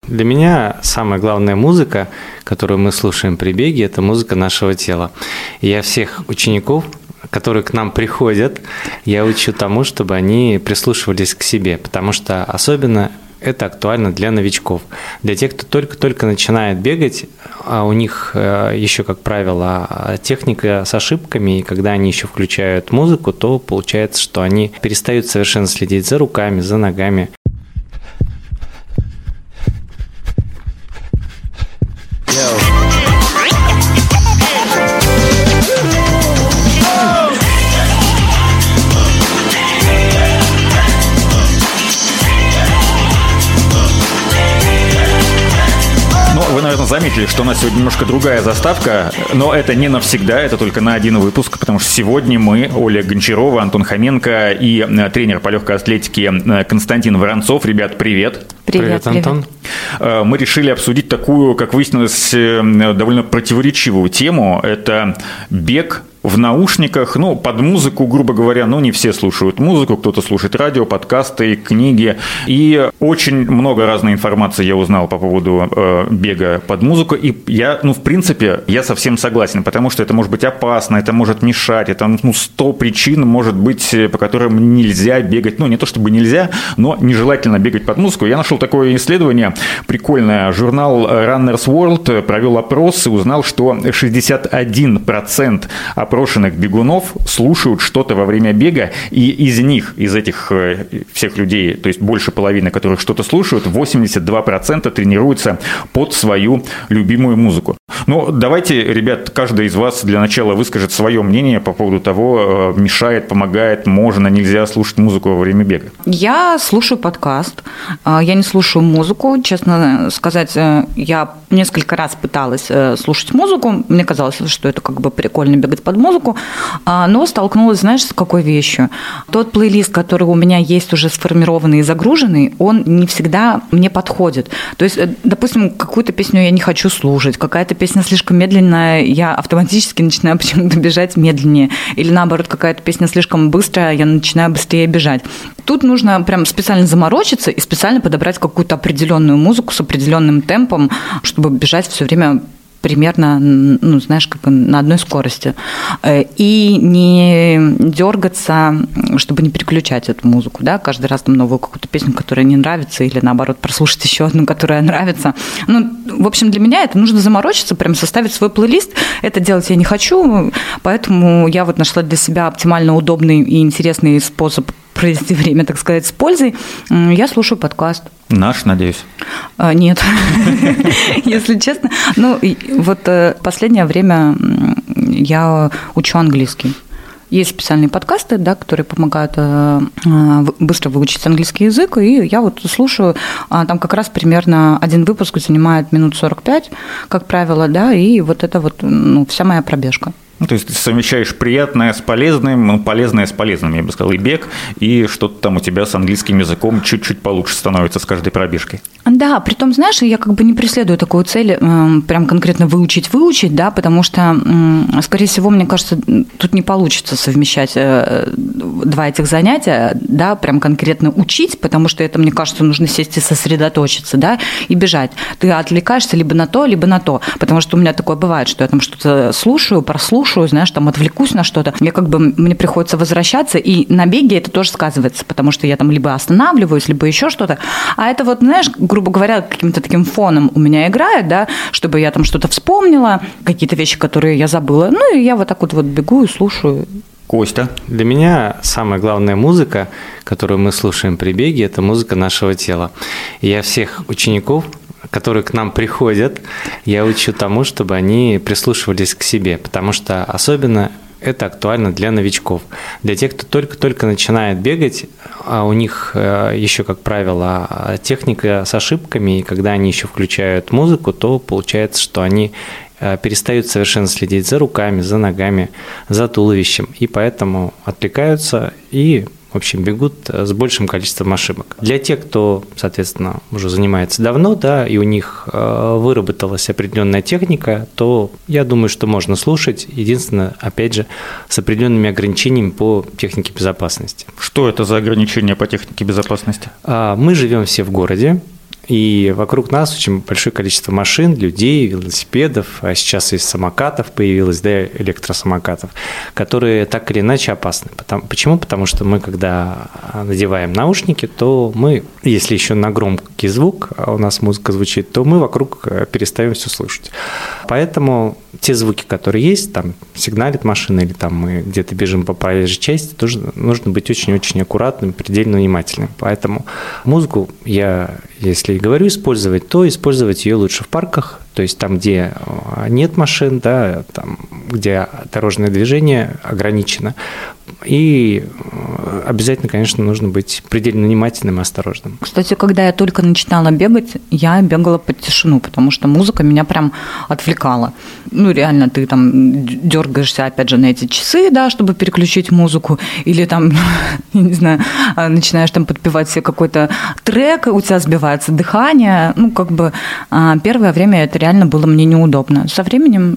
Для меня самая главная музыка, которую мы слушаем при беге, это музыка нашего тела. И я всех учеников, которые к нам приходят, я учу тому, чтобы они прислушивались к себе, потому что особенно это актуально для новичков. Для тех, кто только-только начинает бегать, а у них еще, как правило, техника с ошибками, и когда они еще включают музыку, то получается, что они перестают совершенно следить за руками, за ногами. Вы, наверное, заметили, что у нас сегодня немножко другая заставка, но это не навсегда, это только на один выпуск, потому что сегодня мы, Оля Гончарова, Антон Хоменко и тренер по легкой атлетике Константин Воронцов. Ребят, привет. Привет, Антон. Мы решили обсудить такую, как выяснилось, довольно противоречивую тему. Это бег в наушниках, под музыку, грубо говоря, не все слушают музыку, кто-то слушает радио, подкасты, книги. И очень много разной информации я узнал по поводу бега под музыку. И я, в принципе, я совсем согласен, потому что это может быть опасно, это может мешать, это 100 причин может быть, по которым нельзя бегать. Не то чтобы нельзя, но нежелательно бегать под музыку. Я нашел такое исследование прикольное. Журнал Runner's World провел опрос и узнал, что 61% опрошенных бегунов слушают что-то во время бега, и из этих всех людей, то есть больше половины, которых что-то слушают, 82% тренируются под свою любимую музыку. Давайте, ребят, каждый из вас для начала выскажет свое мнение по поводу того, мешает, помогает, можно, нельзя слушать музыку во время бега. Я слушаю подкаст, я не слушаю музыку. Честно сказать, я несколько раз пыталась слушать музыку, мне казалось, что это прикольно бегать под музыку, но столкнулась, с какой вещью? Тот плейлист, который у меня есть уже сформированный и загруженный, он не всегда мне подходит. То есть, допустим, какую-то песню я не хочу слушать, какая-то песня слишком медленная, я автоматически начинаю почему-то бежать медленнее. Или наоборот, какая-то песня слишком быстрая, я начинаю быстрее бежать. Тут нужно прям специально заморочиться и специально подобрать какую-то определенную музыку с определенным темпом, чтобы бежать все время примерно, на одной скорости. И не дергаться, чтобы не переключать эту музыку, каждый раз новую какую-то песню, которая не нравится, или наоборот прослушать еще одну, которая нравится. В общем, для меня это нужно заморочиться, прям составить свой плейлист. Это делать я не хочу, поэтому я нашла для себя оптимально удобный и интересный способ провести время, так сказать, с пользой. Я слушаю подкаст. Наш, надеюсь? Нет, если честно. Последнее время я учу английский. Есть специальные подкасты, которые помогают быстро выучить английский язык, и я слушаю, там как раз примерно один выпуск занимает минут 45, как правило, и это вся моя пробежка. То есть ты совмещаешь приятное с полезным, полезное с полезным, я бы сказал, и бег, и что-то там у тебя с английским языком чуть-чуть получше становится с каждой пробежкой. Да, притом, я не преследую такую цель, прям конкретно выучить, потому что, скорее всего, мне кажется, тут не получится совмещать два этих занятия, прям конкретно учить, потому что это, мне кажется, нужно сесть и сосредоточиться, и бежать. Ты отвлекаешься либо на то, потому что у меня такое бывает, что я там что-то слушаю, прослушаю, отвлекусь на что-то, мне приходится возвращаться, и на беге это тоже сказывается, потому что я там либо останавливаюсь, либо еще что-то, а это грубо говоря, каким-то таким фоном у меня играет, чтобы я там что-то вспомнила, какие-то вещи, которые я забыла, и я так бегу и слушаю. Костя? Для меня самая главная музыка, которую мы слушаем при беге, это музыка нашего тела. И я всех учеников, которые к нам приходят, я учу тому, чтобы они прислушивались к себе, потому что особенно это актуально для новичков. Для тех, кто только начинает бегать, а у них еще, как правило, техника с ошибками, и когда они еще включают музыку, то получается, что они перестают совершенно следить за руками, за ногами, за туловищем, и поэтому отвлекаются и, в общем, бегут с большим количеством ошибок. Для тех, кто, соответственно, уже занимается давно, и у них выработалась определенная техника, то я думаю, что можно слушать. Единственное, опять же, с определенными ограничениями по технике безопасности. Что это за ограничения по технике безопасности? Мы живем все в городе, И вокруг нас очень большое количество машин, людей, велосипедов, а сейчас и самокатов появилось, да, электросамокатов, которые так или иначе опасны. Почему? Потому что мы, когда надеваем наушники, то мы, если еще на громкий звук, а у нас музыка звучит, то мы вокруг перестаем все слышать. Поэтому те звуки, которые есть, там сигналит машина или там мы где-то бежим по проезжей части, тоже нужно быть очень-очень аккуратным, предельно внимательным. Поэтому музыку если и говорю использовать, то использовать ее лучше в парках, то есть там, где нет машин, да, там, где дорожное движение ограничено. И обязательно, конечно, нужно быть предельно внимательным и осторожным. Кстати, когда я только начинала бегать, я бегала под тишину, потому что музыка меня прям отвлекала. Ну, реально, ты там дергаешься, опять же, на эти часы, да, чтобы переключить музыку, или там, я не знаю, начинаешь там подпевать себе какой-то трек, у тебя сбивается дыхание. Ну, как бы первое время это реально было мне неудобно. Со временем,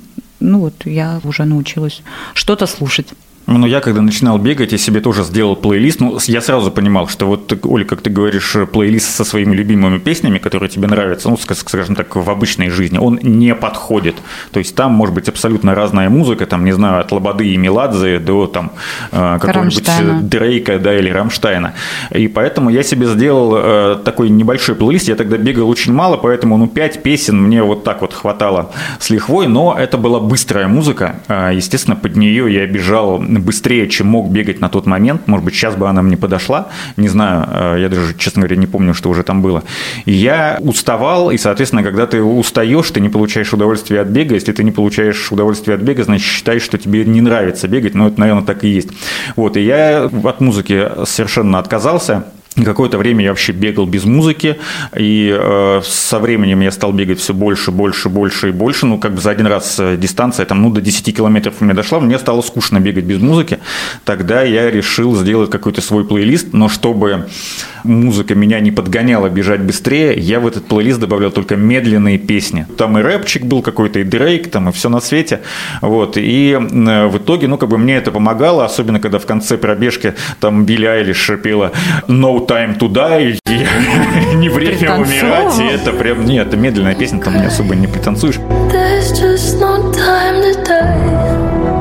я уже научилась что-то слушать. Ну, я когда начинал бегать, я себе тоже сделал плейлист. Ну, я сразу понимал, что вот, Оля, как ты говоришь, плейлист со своими любимыми песнями, которые тебе нравятся, ну, скажем так, в обычной жизни, он не подходит. То есть там может быть абсолютно разная музыка, там, не знаю, от Лободы и Меладзе до там какого-нибудь Дрейка, да, или Рамштайна. И поэтому я себе сделал такой небольшой плейлист. Я тогда бегал очень мало, поэтому, 5 песен мне вот так вот хватало с лихвой, но это была быстрая музыка. Естественно, под нее я бежал быстрее, чем мог бегать на тот момент. Может быть, сейчас бы она мне подошла. Не знаю, я даже, честно говоря, не помню, что уже там было. И я уставал, и, соответственно, когда ты устаешь, ты не получаешь удовольствия от бега. Если ты не получаешь удовольствия от бега, значит, считаешь, что тебе не нравится бегать. Но это, наверное, так и есть. Вот, и я от музыки совершенно отказался. Какое-то время я вообще бегал без музыки, и со временем я стал бегать все больше и больше. Ну, как бы за один раз дистанция там, до 10 километров у меня дошла, мне стало скучно бегать без музыки. Тогда я решил сделать какой-то свой плейлист, но чтобы музыка меня не подгоняла бежать быстрее, я в этот плейлист добавлял только медленные песни. Там и рэпчик был какой-то, и Дрейк, там и все на свете. Вот. И в итоге, мне это помогало, особенно когда в конце пробежки там Билли Айлиш пела «No time to die», не время умирать, и это прям, нет, это медленная песня, там не особо не пританцуешь. There's just no time to die.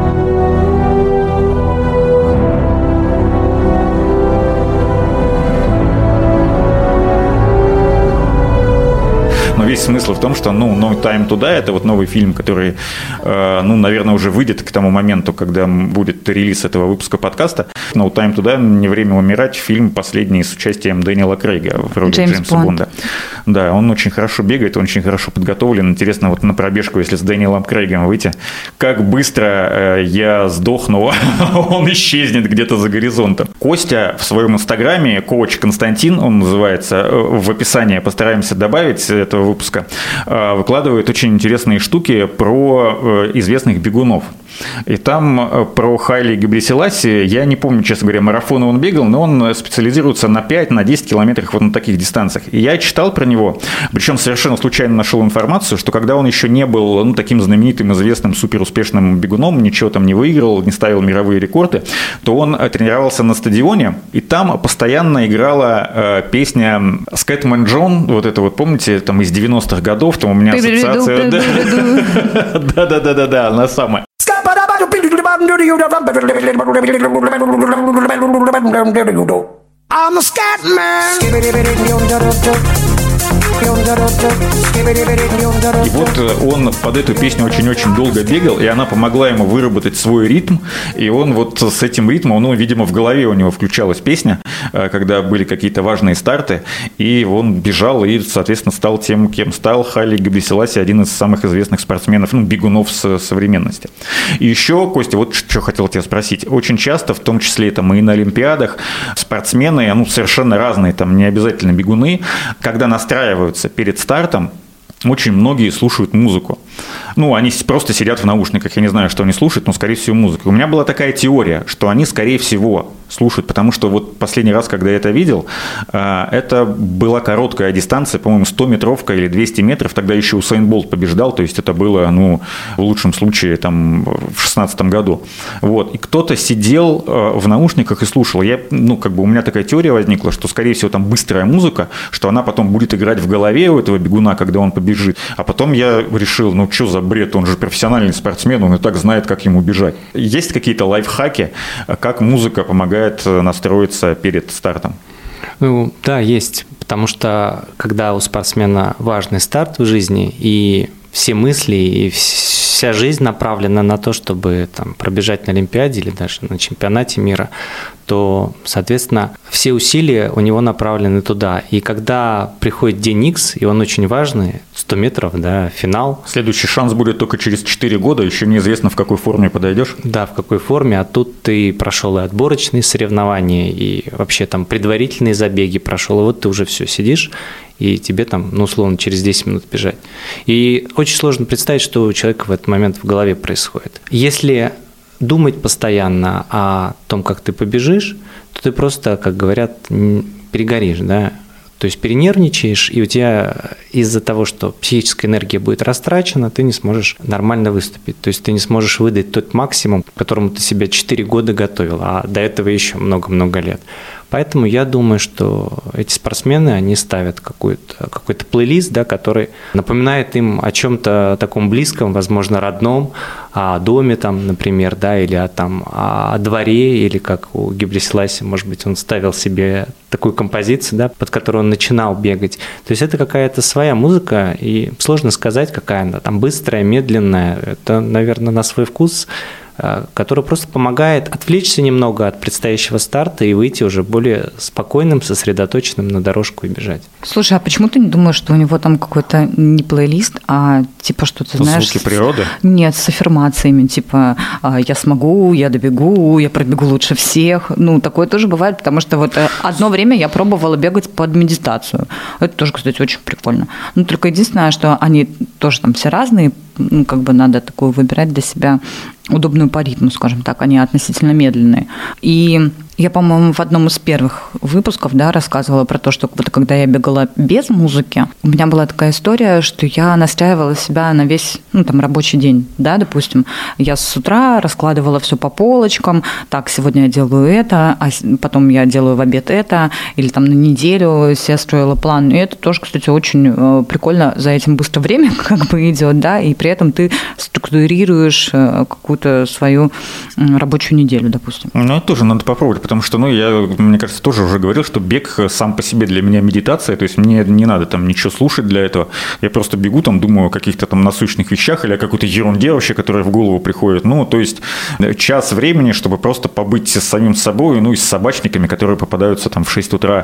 Но весь смысл в том, что No Time to Die — это вот новый фильм, который, наверное, уже выйдет к тому моменту, когда будет релиз этого выпуска подкаста. No Time to Die — «Не время умирать», фильм последний с участием Дэниела Крейга в роли Джеймса Бонда. Да, он очень хорошо бегает, он очень хорошо подготовлен. Интересно, вот на пробежку, если с Дэниелом Крейгом выйти, как быстро я сдохну, он исчезнет где-то за горизонтом. Костя в своем инстаграме, коуч Константин, он называется, в описании постараемся добавить этого выпуска, выкладывает очень интересные штуки про известных бегунов. И там про Хайли Гебресиласи, я не помню, честно говоря, марафоны он бегал, но он специализируется на 5-10 километрах вот на таких дистанциях. И я читал про него, причем совершенно случайно нашел информацию, что когда он еще не был таким знаменитым, известным, суперуспешным бегуном, ничего там не выиграл, не ставил мировые рекорды, то он тренировался на стадионе, и там постоянно играла песня «Скэтмен Джон», вот это вот, помните, там из 90-х годов, там у меня ассоциация... Да, она самая. I'm a scat man. И вот он под эту песню очень-очень долго бегал, и она помогла ему выработать свой ритм, и он вот с этим ритмом, видимо, в голове у него включалась песня, когда были какие-то важные старты, и он бежал и, соответственно, стал тем, кем стал. Хайли Гебресиласи — один из самых известных спортсменов, бегунов современности. И еще, Костя, вот что хотел тебя спросить. Очень часто, в том числе там, и на Олимпиадах, спортсмены, совершенно разные, там не обязательно бегуны, когда настраиваются перед стартом, очень многие слушают музыку. Они просто сидят в наушниках. Я не знаю, что они слушают, но, скорее всего, музыку. У меня была такая теория, что они, скорее всего, слушают, потому что вот последний раз, когда я это видел, это была короткая дистанция, по-моему, 100-метровка или 200 метров, тогда еще Усейн Болт побеждал, то есть это было, в лучшем случае, там, в 2016 году. Вот. И кто-то сидел в наушниках и слушал. У меня такая теория возникла, что, скорее всего, там быстрая музыка, что она потом будет играть в голове у этого бегуна, когда он побежит. А потом я решил, что за бред, он же профессиональный спортсмен, он и так знает, как ему бежать. Есть какие-то лайфхаки, как музыка помогает настроиться перед стартом? Да, есть. Потому что когда у спортсмена важный старт в жизни, и все мысли, и вся жизнь направлена на то, чтобы пробежать на Олимпиаде или даже на чемпионате мира, то, соответственно, все усилия у него направлены туда. И когда приходит день X, и он очень важный, 100 метров, финал. Следующий шанс будет только через 4 года, еще неизвестно, в какой форме подойдешь. Да, в какой форме, а тут ты прошел и отборочные соревнования, и вообще предварительные забеги прошел, и вот ты уже все сидишь, и тебе условно, через 10 минут бежать. И очень сложно представить, что у человека в этот момент в голове происходит. Если думать постоянно о том, как ты побежишь, то ты просто, как говорят, перегоришь, То есть перенервничаешь, и у тебя из-за того, что психическая энергия будет растрачена, ты не сможешь нормально выступить. То есть ты не сможешь выдать тот максимум, к которому ты себя 4 года готовил, а до этого еще много-много лет. Поэтому я думаю, что эти спортсмены, они ставят какой-то плейлист, который напоминает им о чем-то таком близком, возможно, родном, о доме, например, или о дворе, или как у Гебле Селаси, может быть, он ставил себе такую композицию, под которую он начинал бегать. То есть это какая-то своя музыка, и сложно сказать, какая она, быстрая, медленная, это, наверное, на свой вкус, который просто помогает отвлечься немного от предстоящего старта и выйти уже более спокойным, сосредоточенным на дорожку и бежать. Слушай, а почему ты не думаешь, что у него там какой-то не плейлист, а что-то, знаешь... Звуки природы? Нет, с аффирмациями, я смогу, я добегу, я пробегу лучше всех. Такое тоже бывает, потому что одно время я пробовала бегать под медитацию. Это тоже, кстати, очень прикольно. Только единственное, что они тоже все разные, надо такую выбирать для себя удобную по ритму, скажем так, они относительно медленные. И я, по-моему, в одном из первых выпусков рассказывала про то, что когда я бегала без музыки, у меня была такая история, что я настраивала себя на весь рабочий день, допустим. Я с утра раскладывала все по полочкам, так, сегодня я делаю это, а потом я делаю в обед это, или на неделю себе строила план. И это тоже, кстати, очень прикольно, за этим быстро время идет, и при этом ты структурируешь какую-то свою рабочую неделю, допустим. Это тоже надо попробовать, потому что, я, мне кажется, тоже уже говорил, что бег сам по себе для меня медитация, то есть мне не надо ничего слушать для этого, я просто бегу, думаю о каких-то насущных вещах или о какой-то ерунде вообще, которая в голову приходит, то есть час времени, чтобы просто побыть с самим собой, и с собачниками, которые попадаются в 6 утра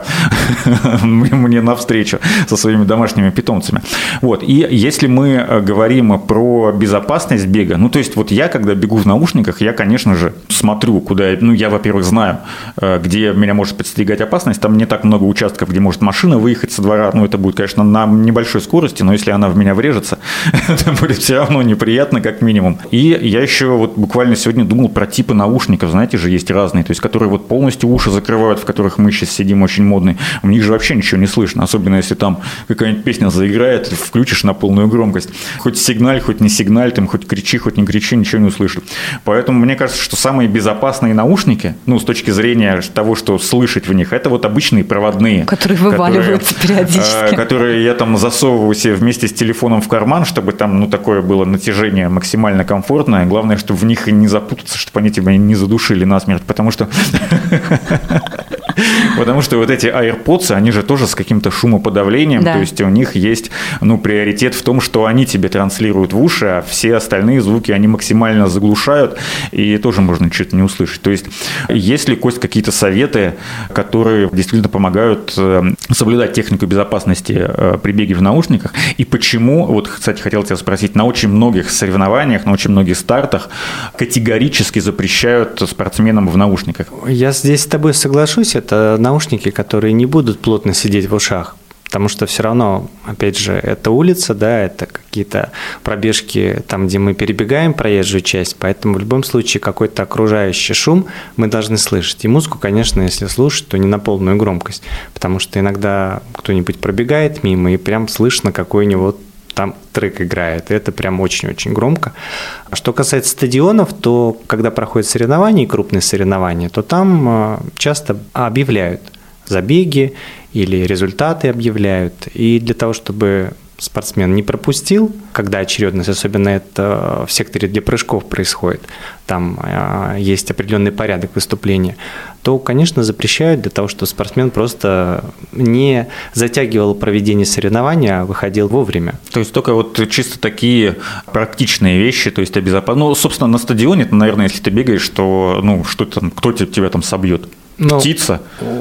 мне навстречу со своими домашними питомцами. И если мы говорим про безопасность бега, то есть я, когда бегу в наушниках, я, конечно же, смотрю, куда я, во-первых, знаю, где меня может подстерегать опасность, там не так много участков, где может машина выехать со двора, это будет, конечно, на небольшой скорости, но если она в меня врежется, это будет все равно неприятно, как минимум. И я еще буквально сегодня думал про типы наушников, знаете же, есть разные, то есть которые полностью уши закрывают, в которых мы сейчас сидим, очень модные, у них же вообще ничего не слышно, особенно если там какая-нибудь песня заиграет, включишь на полную громкость, хоть сигналь, хоть не сигналь, хоть кричи, хоть не кричи, ничего не услышишь. Поэтому мне кажется, что самые безопасные наушники, с точки зрения того, что слышать в них, это обычные проводные. Которые вываливаются периодически. Которые я засовываю себе вместе с телефоном в карман, чтобы такое было натяжение максимально комфортное. Главное, чтобы в них не запутаться, чтобы они тебя не задушили насмерть, потому что эти AirPods, они же тоже с каким-то шумоподавлением, то есть у них есть приоритет в том, что они тебе транслируют в уши, а все остальные звуки они максимально заглушают, и тоже можно что-то не услышать. То есть есть ли, Кость, какие-то советы, которые действительно помогают соблюдать технику безопасности при беге в наушниках? И почему, кстати, хотел тебя спросить, на очень многих соревнованиях, на очень многих стартах категорически запрещают спортсменам в наушниках? Я здесь с тобой соглашусь, это наушники, которые не будут плотно сидеть в ушах. потому что все равно, опять же, это улица, да, это какие-то пробежки там, где мы перебегаем проезжую часть, поэтому в любом случае какой-то окружающий шум мы должны слышать. И музыку, конечно, если слушать, то не на полную громкость, потому что иногда кто-нибудь пробегает мимо, и прям слышно, какой у него там трек играет, и это прям очень-очень громко. А что касается стадионов, то когда проходят соревнования, крупные соревнования, то там часто объявляют забеги или результаты объявляют. И для того, чтобы спортсмен не пропустил, когда очередность, особенно это в секторе для прыжков происходит, там есть определенный порядок выступления, то, конечно, запрещают для того, чтобы спортсмен просто не затягивал проведение соревнования, а выходил вовремя. То есть только вот чисто такие практичные вещи, то есть обезопасить. Ну, собственно, на стадионе, наверное, если ты бегаешь, то что там, кто тебя там собьет? Птица?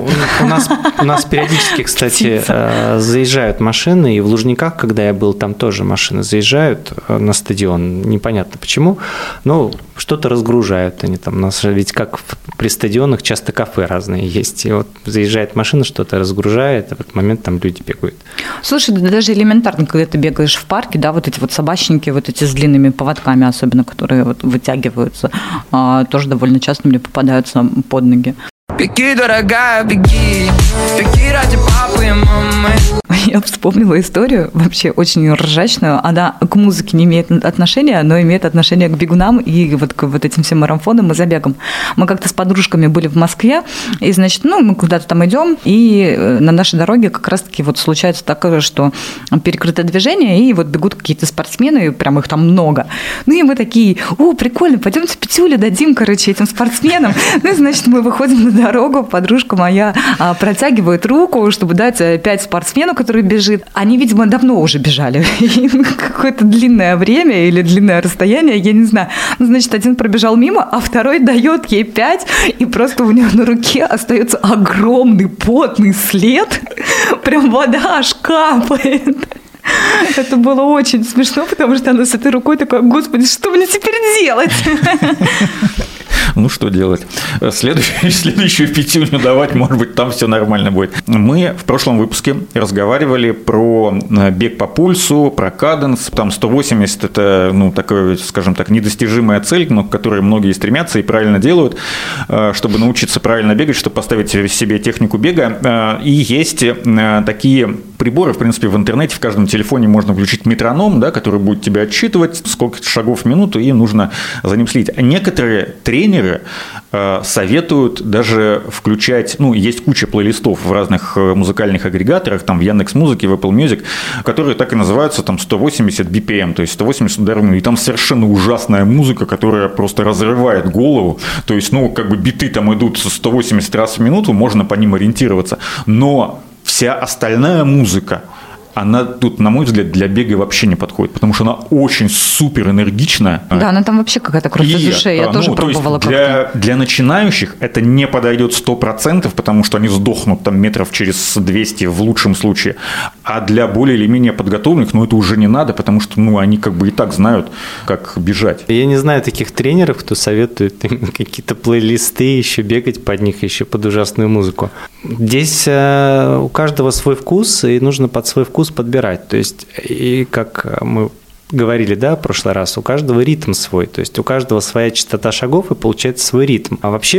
У нас периодически, кстати, заезжают машины, и в Лужниках, когда я был, там тоже машины заезжают на стадион, непонятно почему, но что-то разгружают они там. У нас ведь как при стадионах часто кафе разные есть, и вот заезжает машина, что-то разгружает, а в этот момент там люди бегают. Слушай, да даже элементарно, когда ты бегаешь в парке, да, вот эти вот собачники, вот эти с длинными поводками особенно, которые вот вытягиваются, тоже довольно часто мне попадаются под ноги. Беги, дорогая, беги, беги ради папы и мамы. Я вспомнила историю, вообще очень ржачную. Она к музыке не имеет отношения, но имеет отношение к бегунам и вот к вот этим всем марафонам и забегам. Мы как-то с подружками были в Москве, и, значит, мы куда-то там идем, и на нашей дороге как раз-таки вот случается такое, что перекрыто движение, и вот бегут какие-то спортсмены, и прям их там много. Ну и мы такие: прикольно, пойдемте пятюлю дадим, этим спортсменам. Ну и, значит, мы выходим на дорогу, подружка моя протягивает руку, чтобы дать 5 спортсмену, который бежит. Они, видимо, давно уже бежали. Какое-то длинное время или длинное расстояние, я не знаю. Ну, значит, один пробежал мимо, а второй дает ей 5, и просто у нее на руке остается огромный потный след. Прям вода аж капает. Это было очень смешно, потому что она с этой рукой такая: господи, что мне теперь делать? Ну, что делать? Следующую пятюню давать, может быть, там все нормально будет. Мы в прошлом выпуске разговаривали про бег по пульсу, про каденс. Там 180 – это, такая, скажем так, недостижимая цель, но к которой многие стремятся и правильно делают, чтобы научиться правильно бегать, чтобы поставить себе технику бега. И есть такие приборы, в принципе, в интернете, в каждом телефоне можно включить метроном, да, который будет тебя отсчитывать, сколько шагов в минуту, и нужно за ним следить. Некоторые тренеры советуют даже включать, есть куча плейлистов в разных музыкальных агрегаторах, там в Яндекс.Музыке, в Apple Music, которые так и называются там 180 BPM, то есть 180 ударов в минуту. И там совершенно ужасная музыка, которая просто разрывает голову. То есть, биты там идут 180 раз в минуту, можно по ним ориентироваться. Но вся остальная музыка, она тут, на мой взгляд, для бега вообще не подходит, потому что она очень супер энергичная. Да, она там вообще какая-то кровь из ушей, я тоже пробовала как-то. Для начинающих это не подойдет 100%, потому что они сдохнут там метров через 200 в лучшем случае. А для более или менее подготовленных, это уже не надо, потому что, они как бы и так знают, как бежать. Я не знаю таких тренеров, кто советует им какие-то плейлисты, еще бегать под них, еще под ужасную музыку. Здесь у каждого свой вкус, и нужно под свой вкус подбирать. То есть, и как мы говорили, в прошлый раз, у каждого ритм свой, то есть у каждого своя частота шагов, и получается свой ритм. А вообще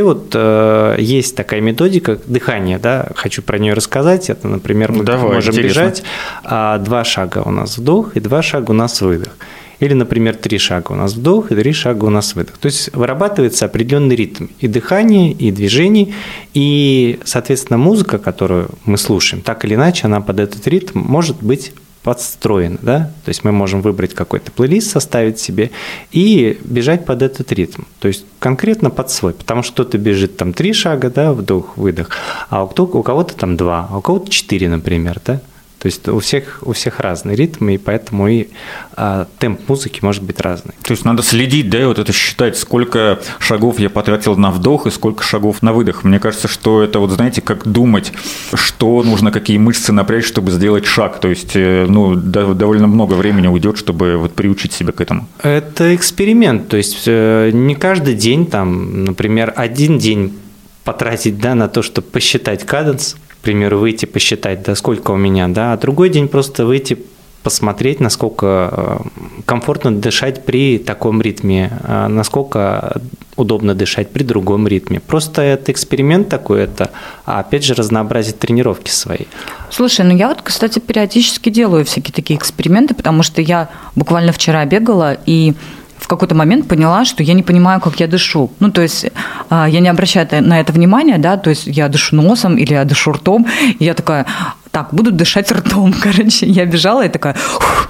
есть такая методика дыхания, хочу про нее рассказать. Это, например, мы можем бежать 2 шага у нас вдох и 2 шага у нас выдох. Или, например, 3 шага у нас вдох и 3 шага у нас выдох. То есть вырабатывается определенный ритм и дыхания, и движений, и, соответственно, музыка, которую мы слушаем, так или иначе, она под этот ритм может быть подстроена, То есть мы можем выбрать какой-то плейлист, составить себе и бежать под этот ритм. То есть конкретно под свой, потому что кто-то бежит там 3 шага, вдох, выдох, а у кого-то там 2, а у кого-то 4, например, То есть у всех разный ритм, и поэтому и темп музыки может быть разный. То есть надо следить, это считать, сколько шагов я потратил на вдох и сколько шагов на выдох. Мне кажется, что это, знаете, как думать, что нужно, какие мышцы напрячь, чтобы сделать шаг. То есть, довольно много времени уйдет, чтобы приучить себя к этому. Это эксперимент. То есть не каждый день, например, один день потратить на то, чтобы посчитать каденс, примеру, выйти посчитать, да, сколько у меня, да, а другой день просто выйти посмотреть, насколько комфортно дышать при таком ритме, насколько удобно дышать при другом ритме. Просто это эксперимент такой, это, опять же, разнообразить тренировки свои. Слушай, ну я вот, кстати, периодически делаю всякие такие эксперименты, потому что я буквально вчера бегала и в какой-то момент поняла, что я не понимаю, как я дышу. Ну, то есть я не обращаю на это внимания, да, то есть я дышу носом или я дышу ртом, и я такая, так, буду дышать ртом, короче. Я бежала и такая,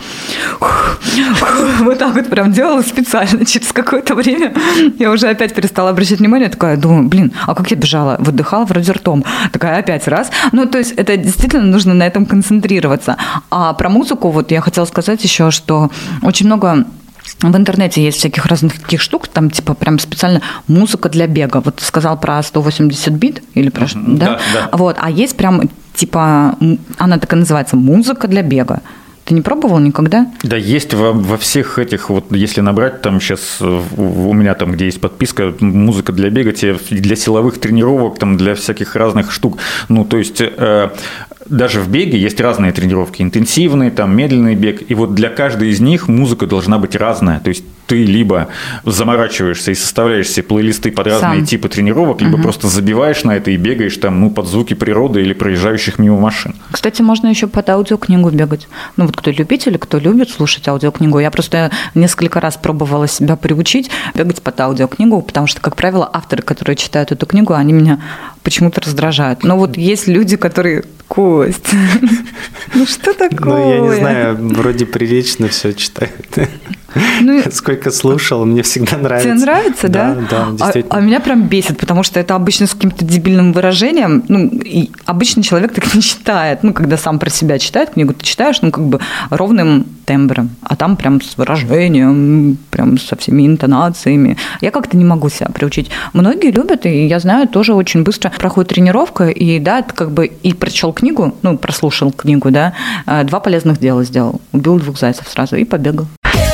вот так вот прям делала специально. Через какое-то время я уже опять перестала обращать внимание, такая, думаю, блин, а как я бежала? Выдыхала вроде ртом. Такая опять раз. Ну, то есть это действительно нужно на этом концентрироваться. А про музыку вот я хотела сказать еще, что очень много... В интернете есть всяких разных таких штук, там типа прям специально музыка для бега. Вот ты сказал про 180 бит или про что, да? Да. Вот, а есть прям типа, она так и называется, музыка для бега. Ты не пробовал никогда? Да, есть во всех этих, вот если набрать, там сейчас у меня там, где есть подписка, музыка для бега, для силовых тренировок, там для всяких разных штук. Ну, то есть даже в беге есть разные тренировки, интенсивный, там, медленный бег, и вот для каждой из них музыка должна быть разная, то есть ты либо заморачиваешься и составляешь себе плейлисты под разные типы тренировок, либо просто забиваешь на это и бегаешь там, ну, под звуки природы или проезжающих мимо машин. Кстати, можно еще под аудиокнигу бегать. Ну, вот кто любитель, кто любит слушать аудиокнигу. Я просто несколько раз пробовала себя приучить бегать под аудиокнигу, потому что, как правило, авторы, которые читают эту книгу, они меня почему-то раздражают. Но вот есть люди, которые... Кость, ну что такое? Ну, я не знаю, вроде прилично все читают. Ну, сколько слушал, мне всегда нравится. Тебе нравится, да? Да, действительно. А меня прям бесит, потому что это обычно с каким-то дебильным выражением. Ну, и обычный человек так не читает. Ну, когда сам про себя читает книгу, ты читаешь, ну, как бы ровным тембром, а там прям с выражением, прям со всеми интонациями. Я как-то не могу себя приучить. Многие любят, и я знаю, тоже очень быстро проходит тренировка, и да, ты как бы и прочел книгу, ну, прослушал книгу, да, 2 полезных дела сделал. Убил 2 зайцев сразу и побегал.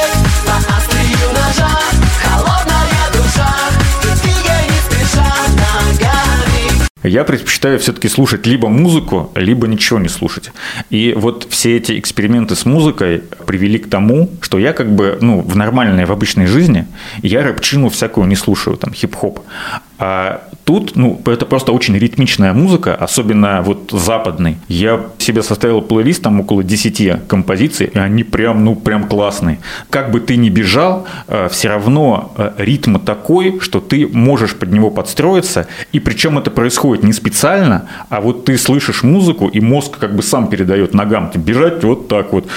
Я предпочитаю все-таки слушать либо музыку, либо ничего не слушать. И вот все эти эксперименты с музыкой привели к тому, что я как бы, ну, в нормальной, в обычной жизни, я рэпчину всякую не слушаю, там, хип-хоп. А тут, ну, это просто очень ритмичная музыка, особенно вот западный. Я себе составил плейлист, там около 10 композиций, и они прям, ну, прям классные. Как бы ты ни бежал, все равно ритм такой, что ты можешь под него подстроиться, и причем это происходит не специально, а вот ты слышишь музыку, и мозг как бы сам передает ногам, бежать вот так вот.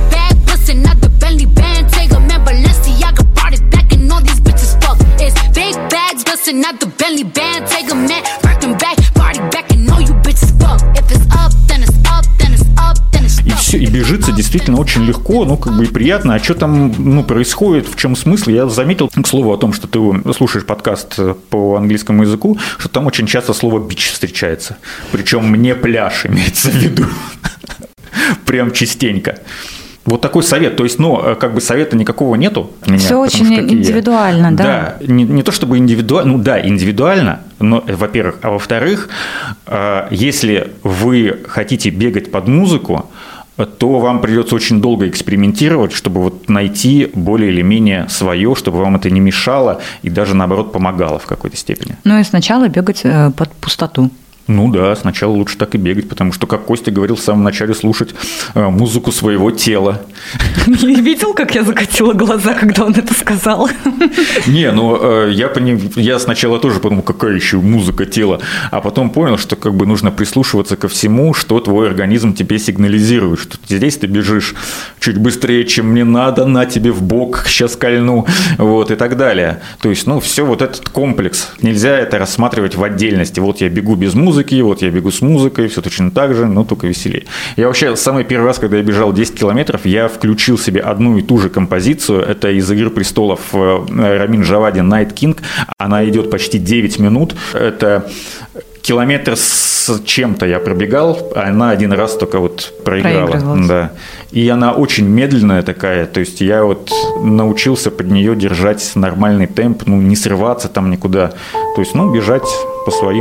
Not the Bentley band, take a man, working back, party back, and know you bitches fuck. If it's up, then it's up, then it's up, then it's up. И все, и бежится действительно очень легко, ну, как бы и приятно. А что там, ну, происходит, в чем смысл? Я заметил, к слову, о том, что ты слушаешь подкаст по английскому языку, что там очень часто слово «бич» встречается. Причем не пляж имеется в виду. Прям частенько. Вот такой совет. То есть, ну, как бы совета никакого нету. Все очень индивидуально, да? Да, не то чтобы индивидуально, ну да, индивидуально, но, во-первых. А во-вторых, если вы хотите бегать под музыку, то вам придется очень долго экспериментировать, чтобы вот найти более или менее свое, чтобы вам это не мешало и даже, наоборот, помогало в какой-то степени. Ну и сначала бегать под пустоту. Ну да, сначала лучше так и бегать, потому что, как Костя говорил в самом начале, слушать музыку своего тела. Видел, как я закатила глаза, когда он это сказал? Не, ну я сначала тоже подумал, какая еще музыка тела, а потом понял, что как бы нужно прислушиваться ко всему, что твой организм тебе сигнализирует, что здесь ты бежишь чуть быстрее, чем мне надо, на тебе в бок, сейчас кольну, вот и так далее. То есть, ну, все вот этот комплекс, нельзя это рассматривать в отдельности. Вот я бегу без музыки, вот я бегу с музыкой, все точно так же, но только веселее. Я вообще самый первый раз, когда я бежал 10 километров, я включил себе одну и ту же композицию. Это из «Игры престолов» Рамин Джавади «Night King». Она идет почти 9 минут. Это километр с чем-то я пробегал, а она один раз только вот проиграла. Да. И она очень медленная такая, то есть я вот научился под нее держать нормальный темп, ну, не срываться там никуда. То есть, ну, бежать по своим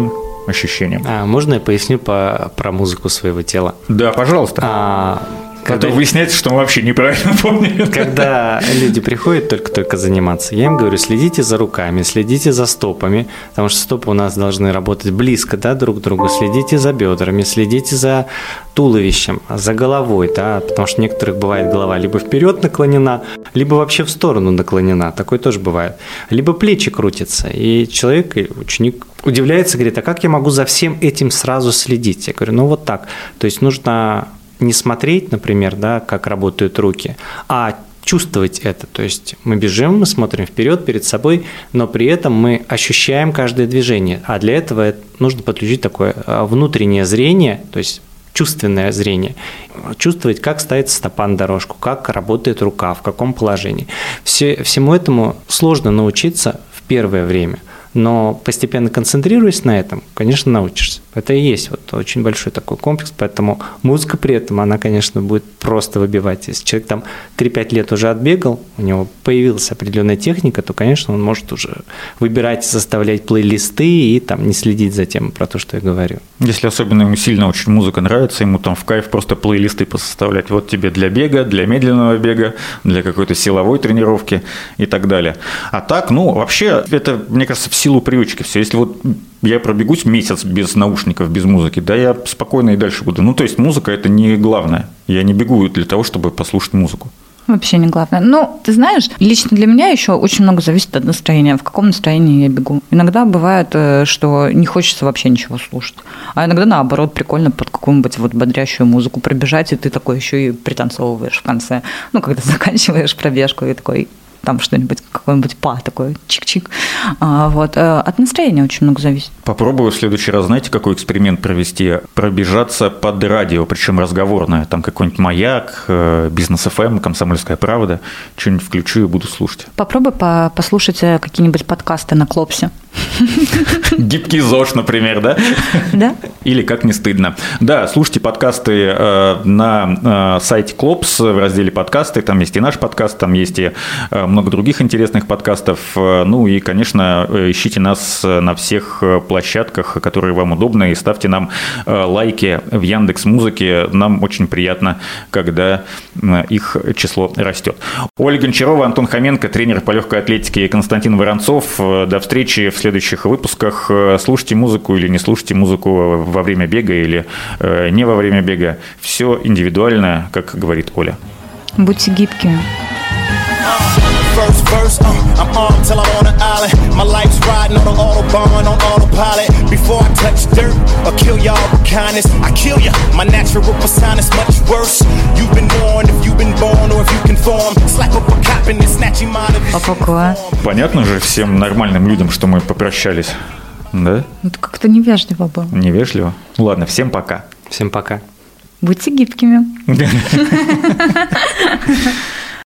ощущениям. Можно я поясню про музыку своего тела? Да, пожалуйста. Когда выясняется, что мы вообще неправильно помним. Когда люди приходят только заниматься, я им говорю, следите за руками, следите за стопами, потому что стопы у нас должны работать близко, да, друг к другу, следите за бедрами, следите за туловищем, за головой, да, потому что у некоторых бывает голова либо вперед наклонена, либо вообще в сторону наклонена, такое тоже бывает, либо плечи крутятся, и человек, ученик удивляется, говорит, а как я могу за всем этим сразу следить? Я говорю, ну вот так, то есть нужно не смотреть, например, да, как работают руки, а чувствовать это. То есть мы бежим, мы смотрим вперед, перед собой, но при этом мы ощущаем каждое движение. А для этого нужно подключить такое внутреннее зрение, то есть чувственное зрение. Чувствовать, как ставится стопа на дорожку, как работает рука, в каком положении. Всему этому сложно научиться в первое время. Но постепенно концентрируясь на этом, конечно, научишься. Это и есть вот очень большой такой комплекс, поэтому музыка при этом, она, конечно, будет просто выбивать. Если человек там 3-5 лет уже отбегал, у него появилась определенная техника, то, конечно, он может уже выбирать, составлять плейлисты и там не следить за тем, про то, что я говорю. Если особенно ему сильно очень музыка нравится, ему там в кайф просто плейлисты посоставлять. Вот тебе для бега, для медленного бега, для какой-то силовой тренировки и так далее. А так, ну, вообще, это, мне кажется, в силу привычки все. Если вот я пробегусь месяц без наушников, без музыки, да, я спокойно и дальше буду. Ну, то есть музыка – это не главное. Я не бегу для того, чтобы послушать музыку. Вообще не главное. Но, ты знаешь, лично для меня еще очень много зависит от настроения, в каком настроении я бегу. Иногда бывает, что не хочется вообще ничего слушать. А иногда, наоборот, прикольно под какую-нибудь вот бодрящую музыку пробежать, и ты такой еще и пританцовываешь в конце. Ну, когда заканчиваешь пробежку, и такой... там что-нибудь, какой-нибудь па такой, чик-чик. Вот. От настроения очень много зависит. Попробую в следующий раз, знаете, какой эксперимент провести? Пробежаться под радио, причем разговорное. Там какой-нибудь «Маяк», «Бизнес-ФМ», «Комсомольская правда». Что-нибудь включу и буду слушать. Попробуй послушать какие-нибудь подкасты на Клопсе. Гибкий ЗОЖ, например, да? Да. Или «Как не стыдно». Да, слушайте подкасты на сайте Клопс в разделе «Подкасты». Там есть и наш подкаст, там есть и много других интересных подкастов. Ну и, конечно, ищите нас на всех площадках, которые вам удобны, и ставьте нам лайки в Яндекс.Музыке. Нам очень приятно, когда их число растет. Ольга Гончарова, Антон Хоменко, тренер по легкой атлетике, и Константин Воронцов. До встречи в следующих выпусках. Слушайте музыку или не слушайте музыку во время бега или не во время бега. Все индивидуально, как говорит Оля. Будьте гибкими. First verse, I'm armed till I'm on an island. My life's riding on an autobahn, on autopilot. Before I touch dirt or kill y'all with kindness, I kill ya. My natural persona's much worse. You've been warned if you've been born or if you conform. Slap up a cop and then snatch him out of his uniform. Понятно же всем нормальным людям, что мы попрощались, да? Это как-то невежливо было. Невежливо? Ладно, всем пока. Всем пока. Будьте гибкими.